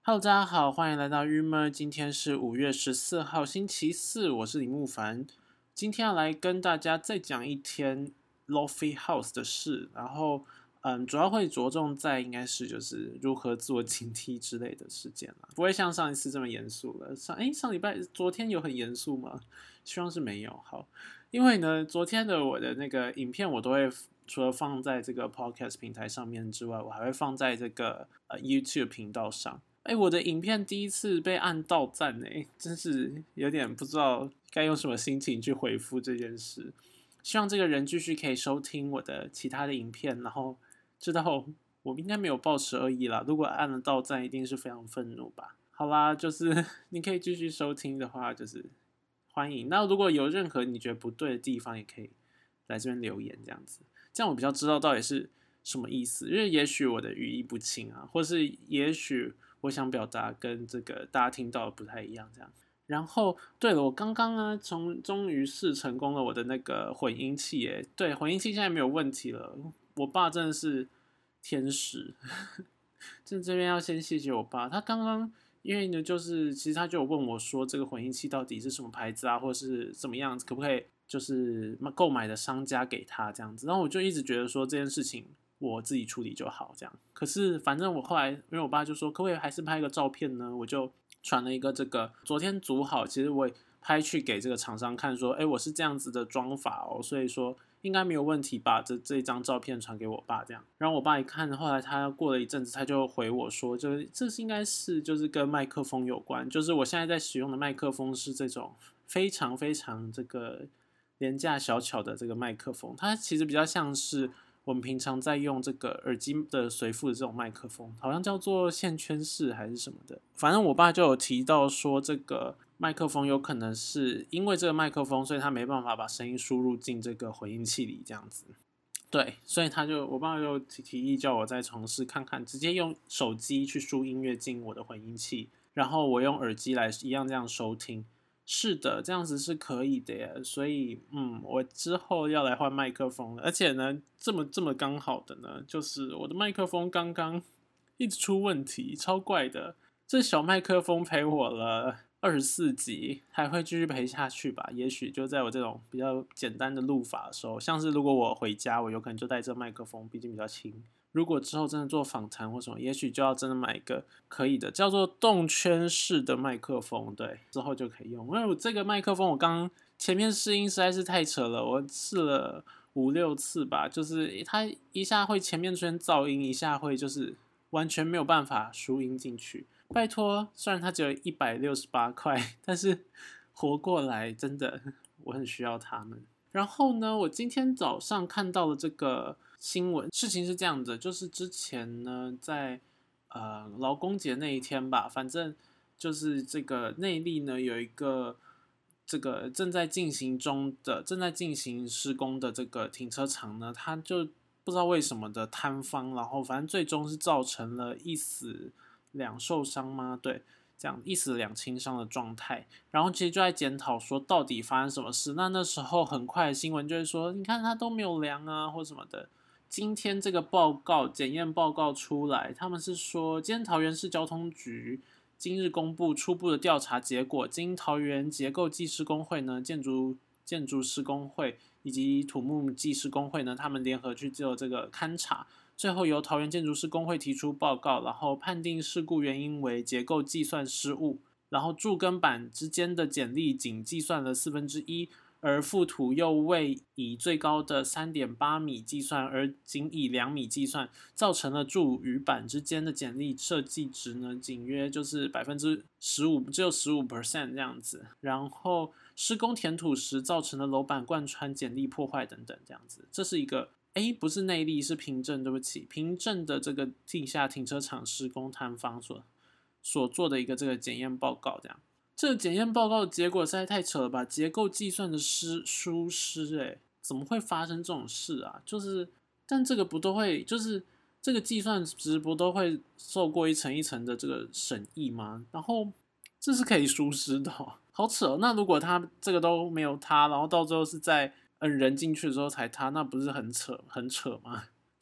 Hello，大家好，欢迎来到郁闷。今天是5月14号，星期四，我是李慕凡。今天要来跟大家再讲一天 Lofi House 的事，然后主要会着重在应该是就是如何自我警惕之类的事件啦，不会像上一次这么严肃了。上礼拜昨天有很严肃吗？希望是没有。好，因为呢，昨天的我的那个影片我都会除了放在这个 Podcast 平台上面之外，我还会放在这个YouTube 频道上。我的影片第一次被按到赞真是有点不知道该用什么心情去回复这件事。希望这个人继续可以收听我的其他的影片，然后知道我应该没有抱持恶意啦。如果按了到赞，一定是非常愤怒吧。好啦，就是你可以继续收听的话，就是欢迎。那如果有任何你觉得不对的地方，也可以来这边留言，这样子，这样我比较知道到底是什么意思。因为也许我的语义不清啊，或是也许我想表达跟这个大家听到的不太一样，这样。然后，对了，我刚刚呢，终于试成功了我的那个混音器耶。对，混音器现在没有问题了。我爸真的是天使，这边要先谢谢我爸，他刚刚因为呢，就是其实他就有问我说，这个混音器到底是什么牌子啊，或者是怎么样子，可不可以就是购买的商家给他这样子。然后我就一直觉得说这件事情我自己处理就好这样。可是反正我后来，因为我爸就说，可不可以还是拍个照片呢？我就传了一个这个，昨天组好，其实我也拍去给这个厂商看，说，我是这样子的装法哦，所以说应该没有问题吧？这一张照片传给我爸这样，然后我爸一看，后来他过了一阵子，他就回我说，就是这是应该是就是跟麦克风有关，就是我现在在使用的麦克风是这种非常非常这个廉价小巧的这个麦克风，它其实比较像是我们平常在用这个耳机的随附的这种麦克风，好像叫做线圈式还是什么的。反正我爸就有提到说，这个麦克风有可能是因为这个麦克风，所以他没办法把声音输入进这个回音器里，这样子。对，所以我爸就提议叫我再尝试看看，直接用手机去输音乐进我的混音器，然后我用耳机来一样这样收听。是的，这样子是可以的耶。所以，我之后要来换麦克风了。而且呢，这么刚好的呢，就是我的麦克风刚刚一直出问题，超怪的。这小麦克风陪我了24集，还会继续陪下去吧？也许就在我这种比较简单的录法的时候，像是如果我回家，我有可能就带这麦克风，毕竟比较轻。如果之后真的做访谈或什么，也许就要真的买一个可以的，叫做动圈式的麦克风，对，之后就可以用。因为我这个麦克风，我刚前面试音实在是太扯了，我试了5、6次吧，就是它一下会前面出现噪音，一下会就是完全没有办法输音进去。拜托，虽然它只有168块，但是活过来真的我很需要它们。然后呢，我今天早上看到了这个新闻，事情是这样的，就是之前呢，在劳工节那一天吧，反正就是这个内坜呢有一个这个正在进行施工的这个停车场呢，它就不知道为什么的塌方，然后反正最终是造成了1死2受伤吗？对。这样1死2轻伤的状态，然后其实就在检讨说到底发生什么事。那时候很快的新闻就是说，你看他都没有量啊，或什么的。今天这个检验报告出来，他们是说，今天桃园市交通局今日公布初步的调查结果，经桃园结构技师工会呢、建筑施工会以及土木技师工会呢，他们联合去做这个勘查。最后由桃园建筑师工会提出报告，然后判定事故原因为结构计算失误，然后柱跟板之间的剪力仅计算了1/4，而覆土又未以最高的3.8米计算，而仅以2米计算，造成了柱与板之间的剪力设计值呢，仅约就是15%，只有15% 这样子。然后施工填土时造成的楼板贯穿剪力破坏等等这样子，这是一个。不是内坜，是平镇，对不起，平镇的这个地下停车场施工摊方所做的一个这个检验报告，这样，这个检验报告的结果实在太扯了吧？结构计算的疏失，怎么会发生这种事啊？就是，但这个不都会，就是这个计算值不都会受过一层一层的这个审议吗？然后这是可以疏失的好扯哦。那如果他这个都没有塌，然后到最后是在人进去的时候才塌，那不是很扯吗？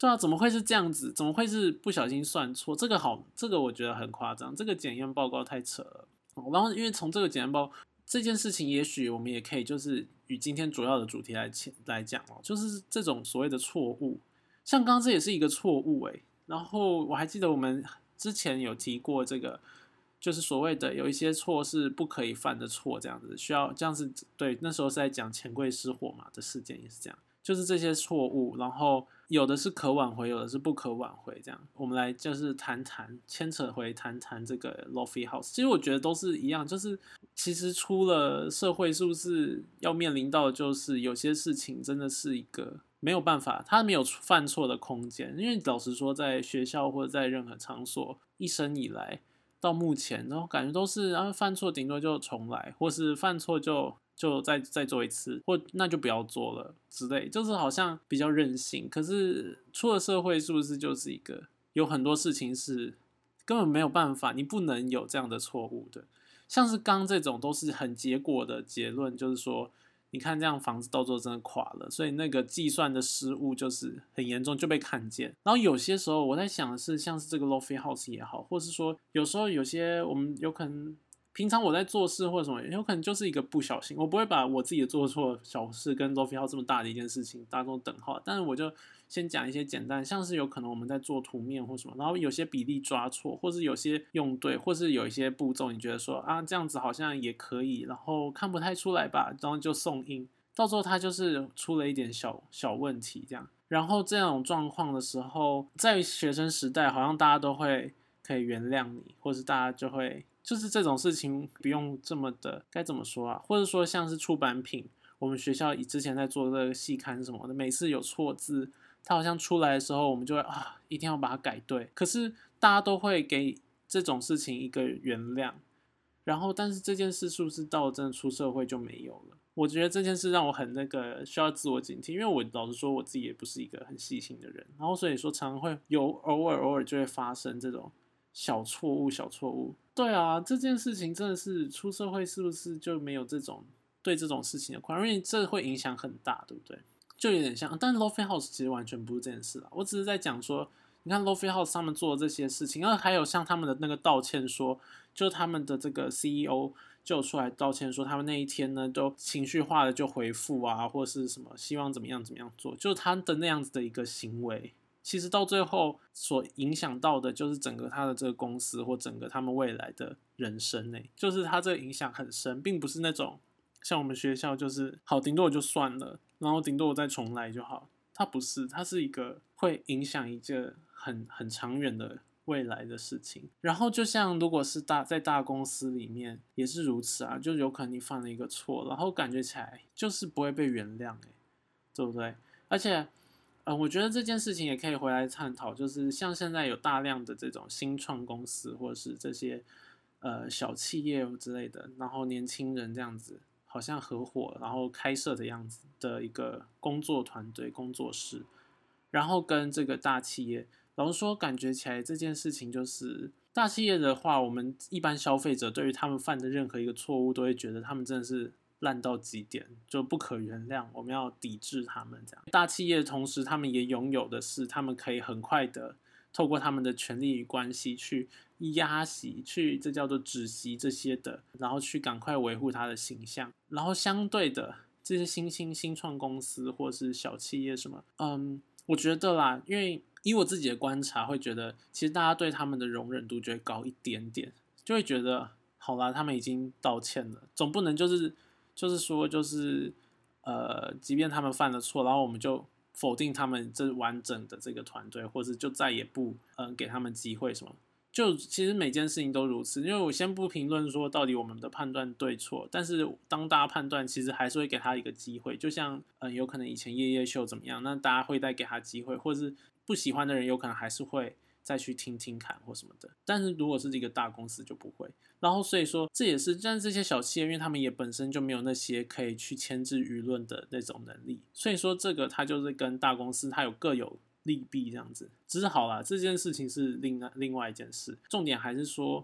对啊，怎么会是这样子？怎么会是不小心算错？这个我觉得很夸张，这个检验报告太扯了。然后因为从这个检验报这件事情，也许我们也可以就是与今天主要的主题来讲哦，就是这种所谓的错误，像刚刚这也是一个错误然后我还记得我们之前有提过这个，就是所谓的有一些错是不可以犯的错，这样子需要这样子对，那时候是在讲钱柜失火嘛的事件也是这样。就是这些错误，然后有的是可挽回，有的是不可挽回，这样我们来就是牵扯回谈这个 Lofi House。其实我觉得都是一样，就是其实出了社会，是不是要面临到的就是有些事情真的是一个没有办法，他没有犯错的空间。因为老实说，在学校或者在任何场所，一生以来到目前，然后感觉都是犯错顶多就重来，或是犯错就再做一次，或那就不要做了之类，就是好像比较任性。可是出了社会，是不是就是一个有很多事情是根本没有办法，你不能有这样的错误的。像是刚这种都是很结果的结论，就是说，你看这样房子到最后真的垮了，所以那个计算的失误就是很严重，就被看见。然后有些时候我在想的是，像是这个 Lofi House 也好，或是说有时候有些我们有可能。平常我在做事或者什么，有可能就是一个不小心，我不会把我自己的做错小事跟 Lofi House 这么大的一件事情当做等号，但是我就先讲一些简单，像是有可能我们在做图面或什么，然后有些比例抓错，或是有些用对，或是有一些步骤你觉得说这样子好像也可以，然后看不太出来吧，然后就送印，到时候它就是出了一点小问题这样。然后这种状况的时候，在学生时代好像大家都会可以原谅你，或是大家就会就是这种事情不用这么的该怎么说啊？或者说像是出版品，我们学校之前在做这个系刊什么的，每次有错字，它好像出来的时候，我们就会一定要把它改对。可是大家都会给这种事情一个原谅，然后但是这件事是不是到真的出社会就没有了？我觉得这件事让我很那个需要自我警惕，因为我老实说我自己也不是一个很细心的人，然后所以说常常会有偶尔就会发生这种小错误。对啊，这件事情真的是出社会是不是就没有这种对这种事情的宽容？因为这会影响很大，对不对？就有点像，但是 Lofi House 其实完全不是这件事啦。我只是在讲说，你看 Lofi House 他们做的这些事情，然后还有像他们的那个道歉说，就他们的这个 CEO 就出来道歉说，他们那一天呢都情绪化的就回复或是什么希望怎么样做，就是他的那样子的一个行为。其实到最后所影响到的就是整个他的这个公司或整个他们未来的人生就是他这个影响很深，并不是那种像我们学校就是好顶多我就算了，然后顶多我再重来就好。它不是，它是一个会影响一个很长远的未来的事情。然后就像如果是在大公司里面也是如此啊，就有可能你犯了一个错，然后感觉起来就是不会被原谅对不对？而且我觉得这件事情也可以回来探讨，就是像现在有大量的这种新创公司，或者是这些小企业之类的，然后年轻人这样子，好像合伙然后开设的样子的一个工作团队、工作室，然后跟这个大企业，老实说，感觉起来这件事情就是大企业的话，我们一般消费者对于他们犯的任何一个错误，都会觉得他们真的是烂到极点，就不可原谅，我们要抵制他们这样。大企业同时，他们也拥有的是，他们可以很快的透过他们的权力与关系去压息，这叫做止息这些的，然后去赶快维护他的形象。然后相对的，这些新创公司或是小企业什么，我觉得啦，因为以我自己的观察，会觉得其实大家对他们的容忍度就会高一点点，就会觉得好啦，他们已经道歉了，总不能就是即便他们犯了错，然后我们就否定他们这完整的这个团队，或是就再也不给他们机会什么。就其实每件事情都如此，因为我先不评论说到底我们的判断对错，但是当大家判断，其实还是会给他一个机会。就像有可能以前夜夜秀怎么样，那大家会再给他机会，或是不喜欢的人有可能还是会再去听听看或什么的。但是如果是一个大公司就不会。然后所以说这也是，但这些小企业，因为他们也本身就没有那些可以去牵制舆论的那种能力，所以说这个它就是跟大公司它各有利弊这样子。只是好啦，这件事情是另外一件事，重点还是说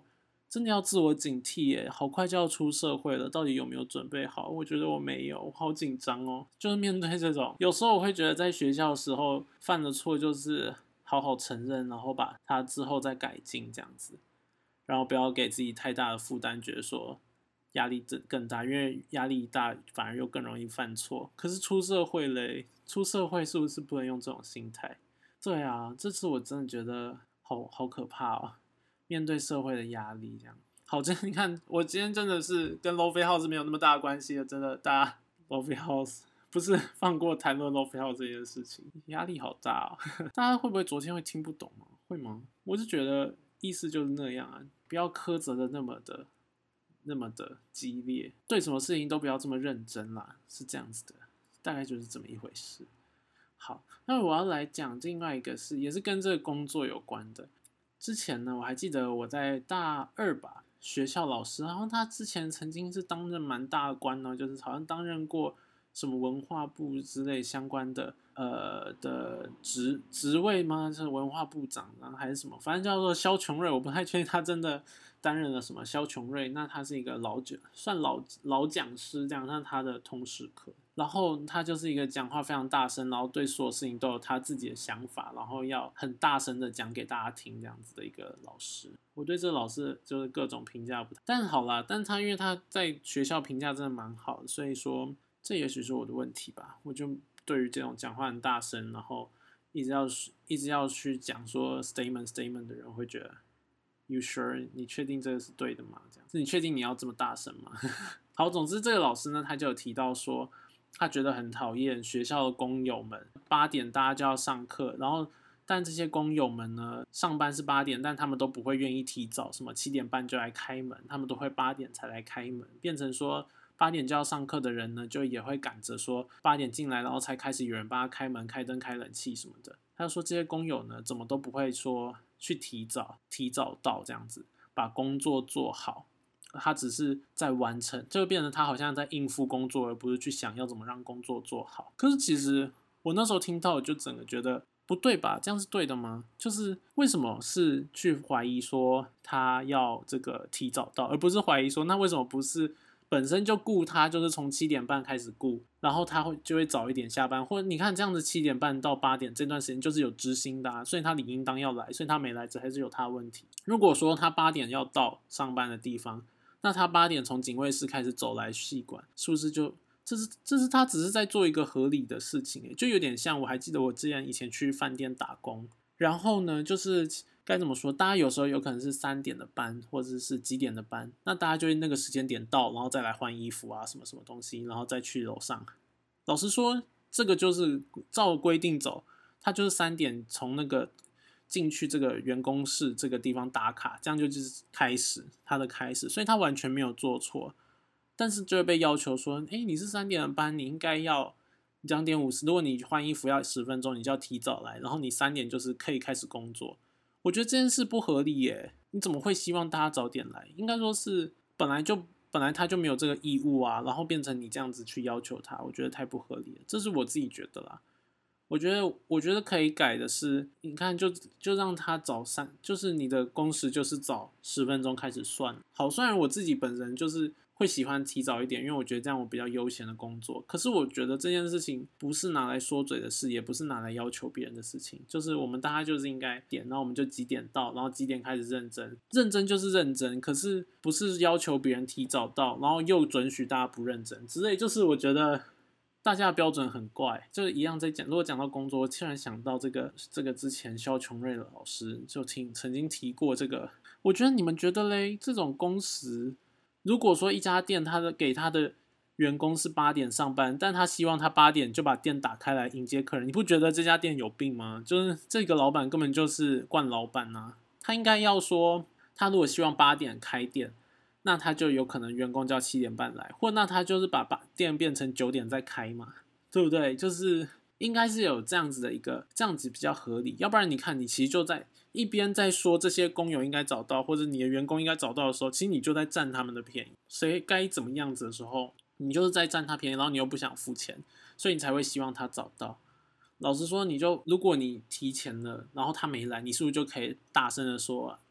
真的要自我警惕耶，好快就要出社会了，到底有没有准备好？我觉得我没有，我好紧张哦。就是面对这种，有时候我会觉得在学校的时候犯的错，就是好好承认，然后把它之后再改进这样子，然后不要给自己太大的负担，觉得说压力更大，因为压力大反而又更容易犯错。可是出社会嘞，出社会是不是不能用这种心态？对啊，这次我真的觉得好可怕哦，面对社会的压力这样。好，真的你看，我今天真的是跟 Lofi House 没有那么大的关系的，真的，大家 Lofi House 不是放过谈论 Lofi House 这件事情，压力好大哦。大家会不会昨天会听不懂吗？会吗？我是觉得意思就是那样啊，不要苛责的那么的激烈，对什么事情都不要这么认真啦，是这样子的，大概就是这么一回事。好，那我要来讲另外一个是，也是跟这个工作有关的。之前呢，我还记得我在大二吧，学校老师，然后他之前曾经是担任蛮大的官呢，就是好像担任过什么文化部之类相关的的职位吗？是文化部长啊，还是什么？反正叫做肖琼瑞，我不太确定他真的担任了什么。肖琼瑞，那他是一个算老讲师这样，那他的通识课。然后他就是一个讲话非常大声，然后对所有事情都有他自己的想法，然后要很大声的讲给大家听这样子的一个老师。我对这个老师就是各种评价不太，但好啦，但他因为他在学校评价真的蛮好的，所以说这也许是我的问题吧。我就对于这种讲话很大声，然后一直要去讲说 statement 的人，会觉得 You sure？ 你确定这个是对的吗？这样，你确定你要这么大声吗？好，总之这个老师呢，他就有提到说，他觉得很讨厌学校的工友们8点大家就要上课，然后但这些工友们呢，上班是8点，但他们都不会愿意提早，什么7点半就来开门，他们都会8点才来开门，变成说8点就要上课的人呢，就也会赶着说8点进来，然后才开始有人帮他开门、开灯、开冷气什么的。他就说这些工友呢，怎么都不会说去提早到这样子，把工作做好。他只是在完成，就变成他好像在应付工作，而不是去想要怎么让工作做好。可是其实我那时候听到，就整个觉得不对吧？这样是对的吗？就是为什么是去怀疑说他要这个提早到，而不是怀疑说那为什么不是本身就雇他，就是从7点半开始雇，然后就会早一点下班，或者你看这样子7点半到8点这段时间就是有知心的所以他理应当要来，所以他没来，这还是有他的问题。如果说他8点要到上班的地方，那他8点从警卫室开始走来系馆，是不是就这是他只是在做一个合理的事情就有点像我还记得我之前以前去饭店打工，然后呢就是该怎么说，大家有时候有可能是3点的班或者是几点的班，那大家就会那个时间点到，然后再来换衣服啊什么什么东西，然后再去楼上。老实说，这个就是照规定走，他就是3点从那个进去这个员工室这个地方打卡，这样就是他的开始，所以他完全没有做错，但是就会被要求说，你是3点的班，你应该要2点50，如果你换衣服要10分钟，你就要提早来，然后你3点就是可以开始工作。我觉得这件事不合理耶，你怎么会希望大家早点来？应该说是本来他就没有这个义务啊，然后变成你这样子去要求他，我觉得太不合理了，这是我自己觉得啦。我觉得可以改的是，你看就让他就是你的工时就是早10分钟开始算。好，虽然我自己本人就是会喜欢提早一点，因为我觉得这样我比较悠闲的工作。可是我觉得这件事情不是拿来说嘴的事，也不是拿来要求别人的事情。就是我们大家就是应该点，然后我们就几点到，然后几点开始认真，认真就是认真。可是不是要求别人提早到，然后又准许大家不认真之类。就是我觉得大家的标准很怪，就是一样在讲。如果讲到工作，我突然想到这个之前肖琼瑞的老师就曾经提过这个。我觉得你们觉得嘞？这种工时，如果说一家店给他的员工是8点上班，但他希望他8点就把店打开来迎接客人，你不觉得这家店有病吗？就是这个老板根本就是惯老板啊！他应该要说，他如果希望8点开店，那他就有可能员工就要7点半来，或那他就是把店变成9点再开嘛，对不对？就是应该是有这样子的这样子比较合理，要不然你看你其实就在一边在说这些工友应该找到，或者你的员工应该找到的时候，其实你就在占他们的便宜。谁该怎么样子的时候，你就是在占他便宜，然后你又不想付钱，所以你才会希望他找到。老实说，如果你提前了，然后他没来，你是不是就可以大声的说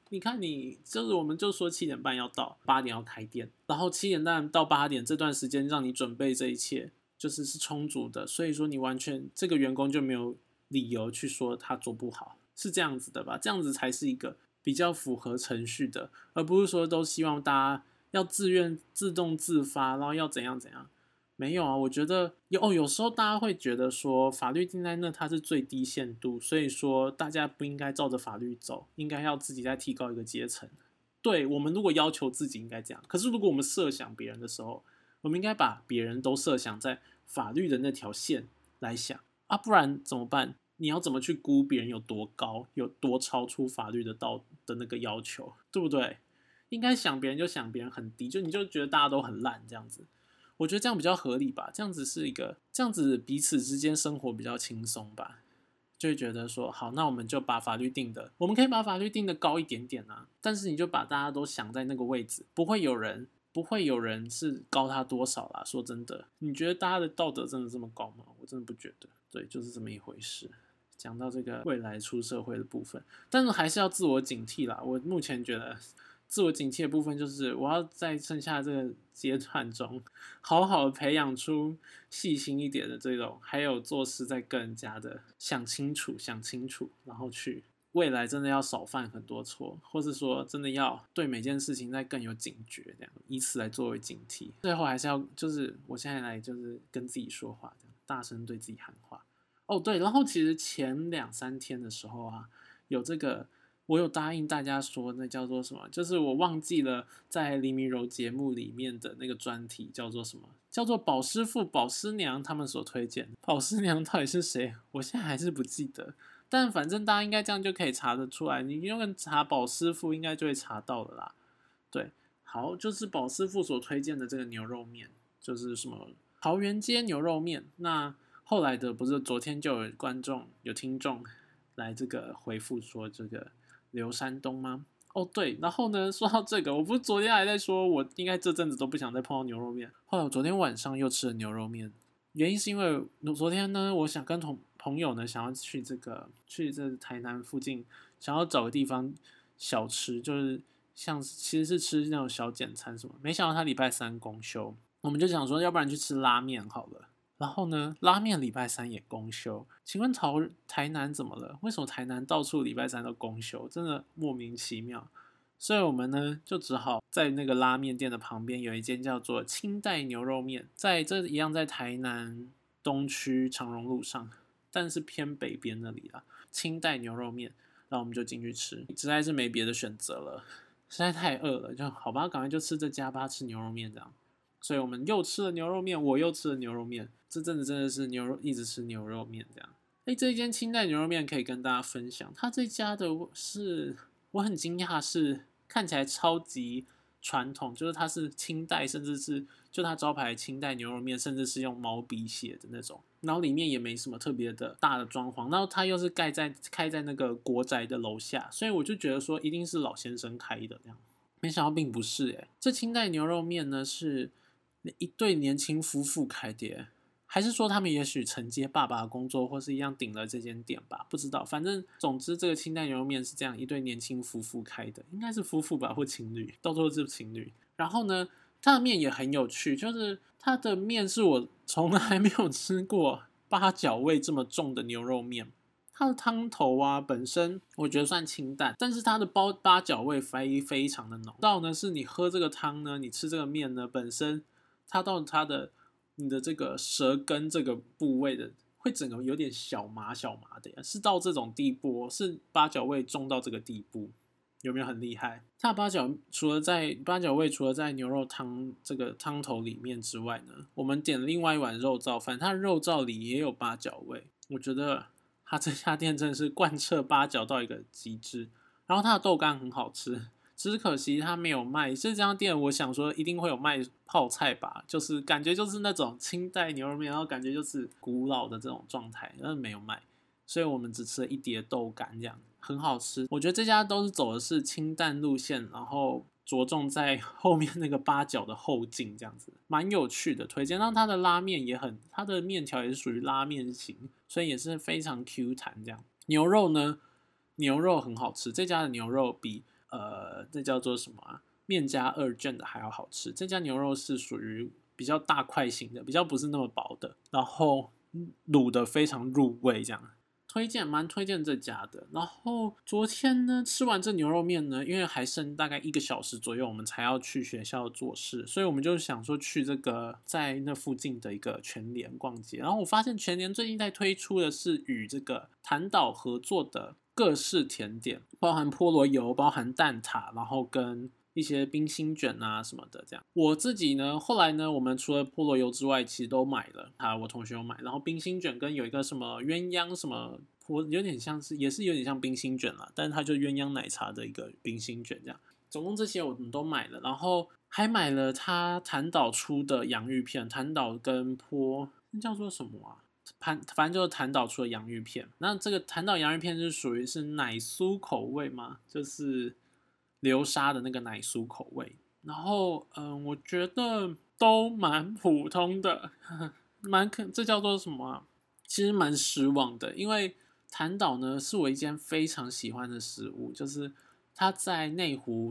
你看你就是我们就说7点半要到，8点要开店，然后7点半到8点这段时间让你准备这一切，是充足的，所以说你完全这个员工就没有理由去说他做不好，是这样子的吧？这样子才是一个比较符合程序的，而不是说都希望大家要自愿自动自发，然后要怎样怎样。没有啊，我觉得有时候大家会觉得说法律定在那它是最低限度，所以说大家不应该照着法律走，应该要自己再提高一个阶层。对，我们如果要求自己应该这样，可是如果我们设想别人的时候，我们应该把别人都设想在法律的那条线来想啊，不然怎么办？你要怎么去估别人有多高，有多超出法律的那个要求，对不对？应该想别人就想别人很低，就你就觉得大家都很烂这样子。我觉得这样比较合理吧，这样子彼此之间生活比较轻松吧，就会觉得说好，那我们就把法律定的，我们可以把法律定的高一点点啊，但是你就把大家都想在那个位置，不会有人是高他多少啦。说真的，你觉得大家的道德真的这么高吗？我真的不觉得，对，就是这么一回事。讲到这个未来出社会的部分，但是还是要自我警惕啦。我目前觉得自我警惕的部分就是我要在剩下这个阶段中，好好的培养出细心一点的这种，还有做事再更加的想清楚，然后去未来真的要少犯很多错，或是说真的要对每件事情再更有警觉，这样以此来作为警惕。最后还是要我现在来跟自己说话，这样大声对自己喊话。哦，对，然后其实前2、3天的时候啊，有我有答应大家说，那叫做什么？就是我忘记了在黎明柔节目里面的那个专题叫做什么？叫做宝师傅、宝师娘他们所推荐。宝师娘到底是谁？我现在还是不记得。但反正大家应该这样就可以查得出来，你用查宝师傅应该就会查到了啦。对，好，就是宝师傅所推荐的这个牛肉面，就是什么桃园街牛肉面。那后来的不是昨天就有听众来这个回复说这个刘山东吗？哦对，然后呢，说到这个，我不是昨天还在说我应该这阵子都不想再碰到牛肉面，后来我昨天晚上又吃了牛肉面，原因是因为昨天呢，我想跟朋友呢想要去这台南附近，想要找个地方小吃，就是其实是吃那种小简餐什么，没想到他礼拜三公休，我们就想说要不然去吃拉面好了。然后呢，拉面礼拜三也公休，请问台南怎么了？为什么台南到处礼拜三都公休？真的莫名其妙。所以我们呢就只好在那个拉面店的旁边有一间叫做清代牛肉面，一样在台南东区长荣路上，但是偏北边那里啦。清代牛肉面，然后我们就进去吃，实在是没别的选择了，实在太饿了，就好吧，赶快就吃这家吧，吃牛肉面这样。所以我们又吃了牛肉面，我又吃了牛肉面。这阵子真的是一直吃牛肉面这样。这一间清代牛肉面可以跟大家分享，它这家的我很惊讶，是看起来超级传统，就是它是清代，甚至是就它招牌清代牛肉面，甚至是用毛笔写的那种，然后里面也没什么特别的大的装潢，然后它又是开在那个国宅的楼下，所以我就觉得说一定是老先生开的这样，没想到并不是这清代牛肉面呢是一对年轻夫妇开的还是说他们也许承接爸爸的工作，或是一样顶了这间店吧？不知道，反正总之这个清代牛肉面是这样一对年轻夫妇开的，应该是夫妇吧，或情侣，到时候是情侣。然后呢，它的面也很有趣，就是它的面是我从来没有吃过八角味这么重的牛肉面。它的汤头啊，本身我觉得算清淡，但是它的八角味非常的浓。到呢是你喝这个汤呢，你吃这个面呢，本身你的这个舌根这个部位的，会整个有点小麻的，是到这种地步是八角味重到这个地步，有没有很厉害？它八角味除了在牛肉汤这个汤头里面之外呢，我们点了另外一碗肉燥饭，它的肉燥里也有八角味，我觉得它这家店真的是贯彻八角到一个极致，然后它的豆干很好吃。只是可惜他没有卖，这家店我想说一定会有卖泡菜吧，就是感觉就是那种清代牛肉面，然后感觉就是古老的这种状态，但是没有卖，所以我们只吃了一碟豆干，这样很好吃。我觉得这家都是走的是清淡路线，然后着重在后面那个八角的后劲，这样子蛮有趣的，推荐。让它的拉面它的面条也是属于拉面型，所以也是非常 Q 弹这样。牛肉呢，牛肉很好吃，这家的牛肉比这叫做什么啊？面加2卷的还要好吃。这家牛肉是属于比较大块型的，比较不是那么薄的，然后卤的非常入味，这样蛮推荐这家的。然后昨天呢，吃完这牛肉面呢，因为还剩大概1个小时左右，我们才要去学校做事，所以我们就想说去这个在那附近的一个全联逛街。然后我发现全联最近在推出的是与这个潭岛合作的各式甜点，包含菠萝油，包含蛋挞，然后跟一些冰心卷啊什么的，这样。我自己呢，后来呢，我们除了菠萝油之外，其实都买了，我同学有买。然后冰心卷跟有一个什么鸳鸯什么有点像是，也是有点像冰心卷啦，但是它就鸳鸯奶茶的一个冰心卷这样。总共这些我们都买了，然后还买了他潭岛出的洋芋片，潭岛跟那叫做什么啊？反正就是潭岛出的洋芋片。那这个潭岛洋芋片是属于是奶酥口味吗？就是流沙的那个奶酥口味。然后我觉得都蛮普通的，这叫做什么啊？其实蛮失望的，因为潭岛呢是我一间非常喜欢的食物，就是它在内湖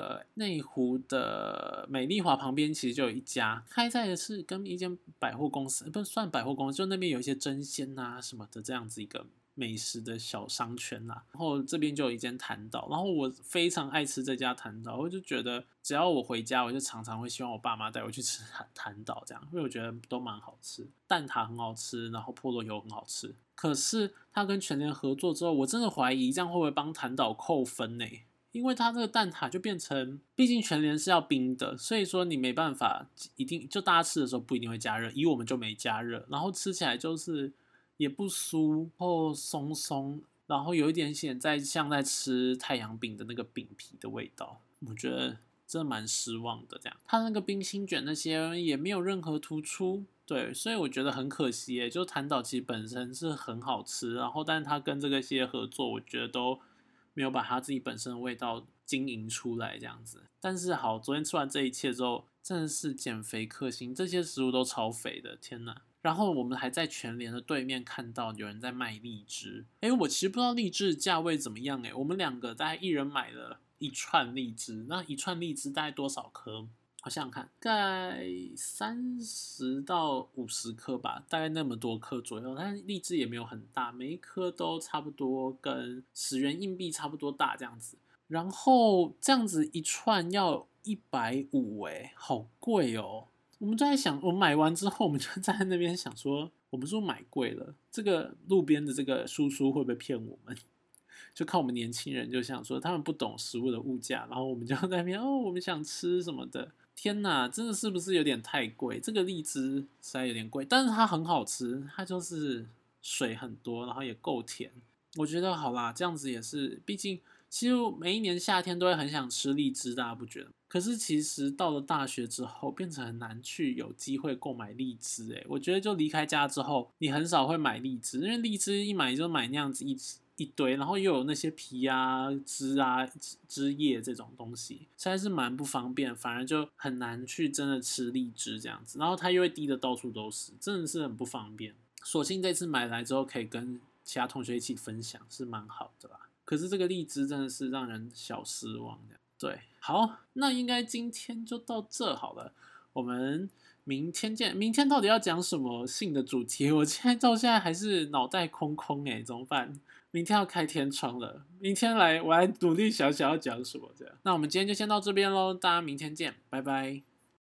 的美丽华旁边，其实就有一家开在的是跟一间百货公司，不算百货公司，就那边有一些真鲜啊什么的这样子一个美食的小商圈啦。然后这边就有一间潭岛，然后我非常爱吃这家潭岛，我就觉得只要我回家，我就常常会希望我爸妈带我去吃潭岛这样，因为我觉得都蛮好吃，蛋挞很好吃，然后菠萝油很好吃。可是他跟全联合作之后，我真的怀疑这样会不会帮潭岛扣分呢？因为它这个蛋挞就变成，毕竟全联是要冰的，所以说你没办法，一定就大家吃的时候不一定会加热，以我们就没加热，然后吃起来就是也不酥，然松松，然后有一点点像在吃太阳饼的那个饼皮的味道，我觉得真的蛮失望的。这样，它那个冰心卷那些也没有任何突出。对，所以我觉得很可惜耶，就潭岛其实本身是很好吃，然后但是它跟这个些合作，我觉得都没有把它自己本身的味道经营出来这样子。但是好，昨天吃完这一切之后，真的是减肥克星，这些食物都超肥的，天哪！然后我们还在全联的对面看到有人在卖荔枝，我其实不知道荔枝的价位怎么样我们2个大概一人买了1串荔枝，那1串荔枝大概多少颗？我想想看，大概30到50颗吧，大概那么多颗左右。但荔枝也没有很大，每一颗都差不多跟10元硬币差不多大这样子。然后这样子一串要150好贵哦。我们就在想，我们买完之后，我们就在那边想说，我们是不是买贵了？这个路边的这个叔叔会不会骗我们？就看我们年轻人就想说，他们不懂食物的物价，然后我们就在那边我们想吃什么的。天哪，真的是不是有点太贵？这个荔枝实在有点贵，但是它很好吃，它就是水很多，然后也够甜。我觉得好啦，这样子也是，毕竟其实每一年夏天都会很想吃荔枝，大家不觉得？可是其实到了大学之后，变成很难去有机会购买荔枝。我觉得就离开家之后，你很少会买荔枝，因为荔枝一买就买那样子一堆，然后又有那些皮啊、枝啊、枝叶这种东西，实在是蛮不方便，反而就很难去真的吃荔枝这样子，然后它又会滴的到处都是，真的是很不方便。所幸这次买来之后可以跟其他同学一起分享，是蛮好的啦。可是这个荔枝真的是让人小失望的。对，好，那应该今天就到这好了，我们明天见。明天到底要讲什么性的主题？我到现在还是脑袋空空怎么办？明天要开天窗了，明天我来努力想想要讲什么这样。那我们今天就先到这边喽，大家明天见，拜拜。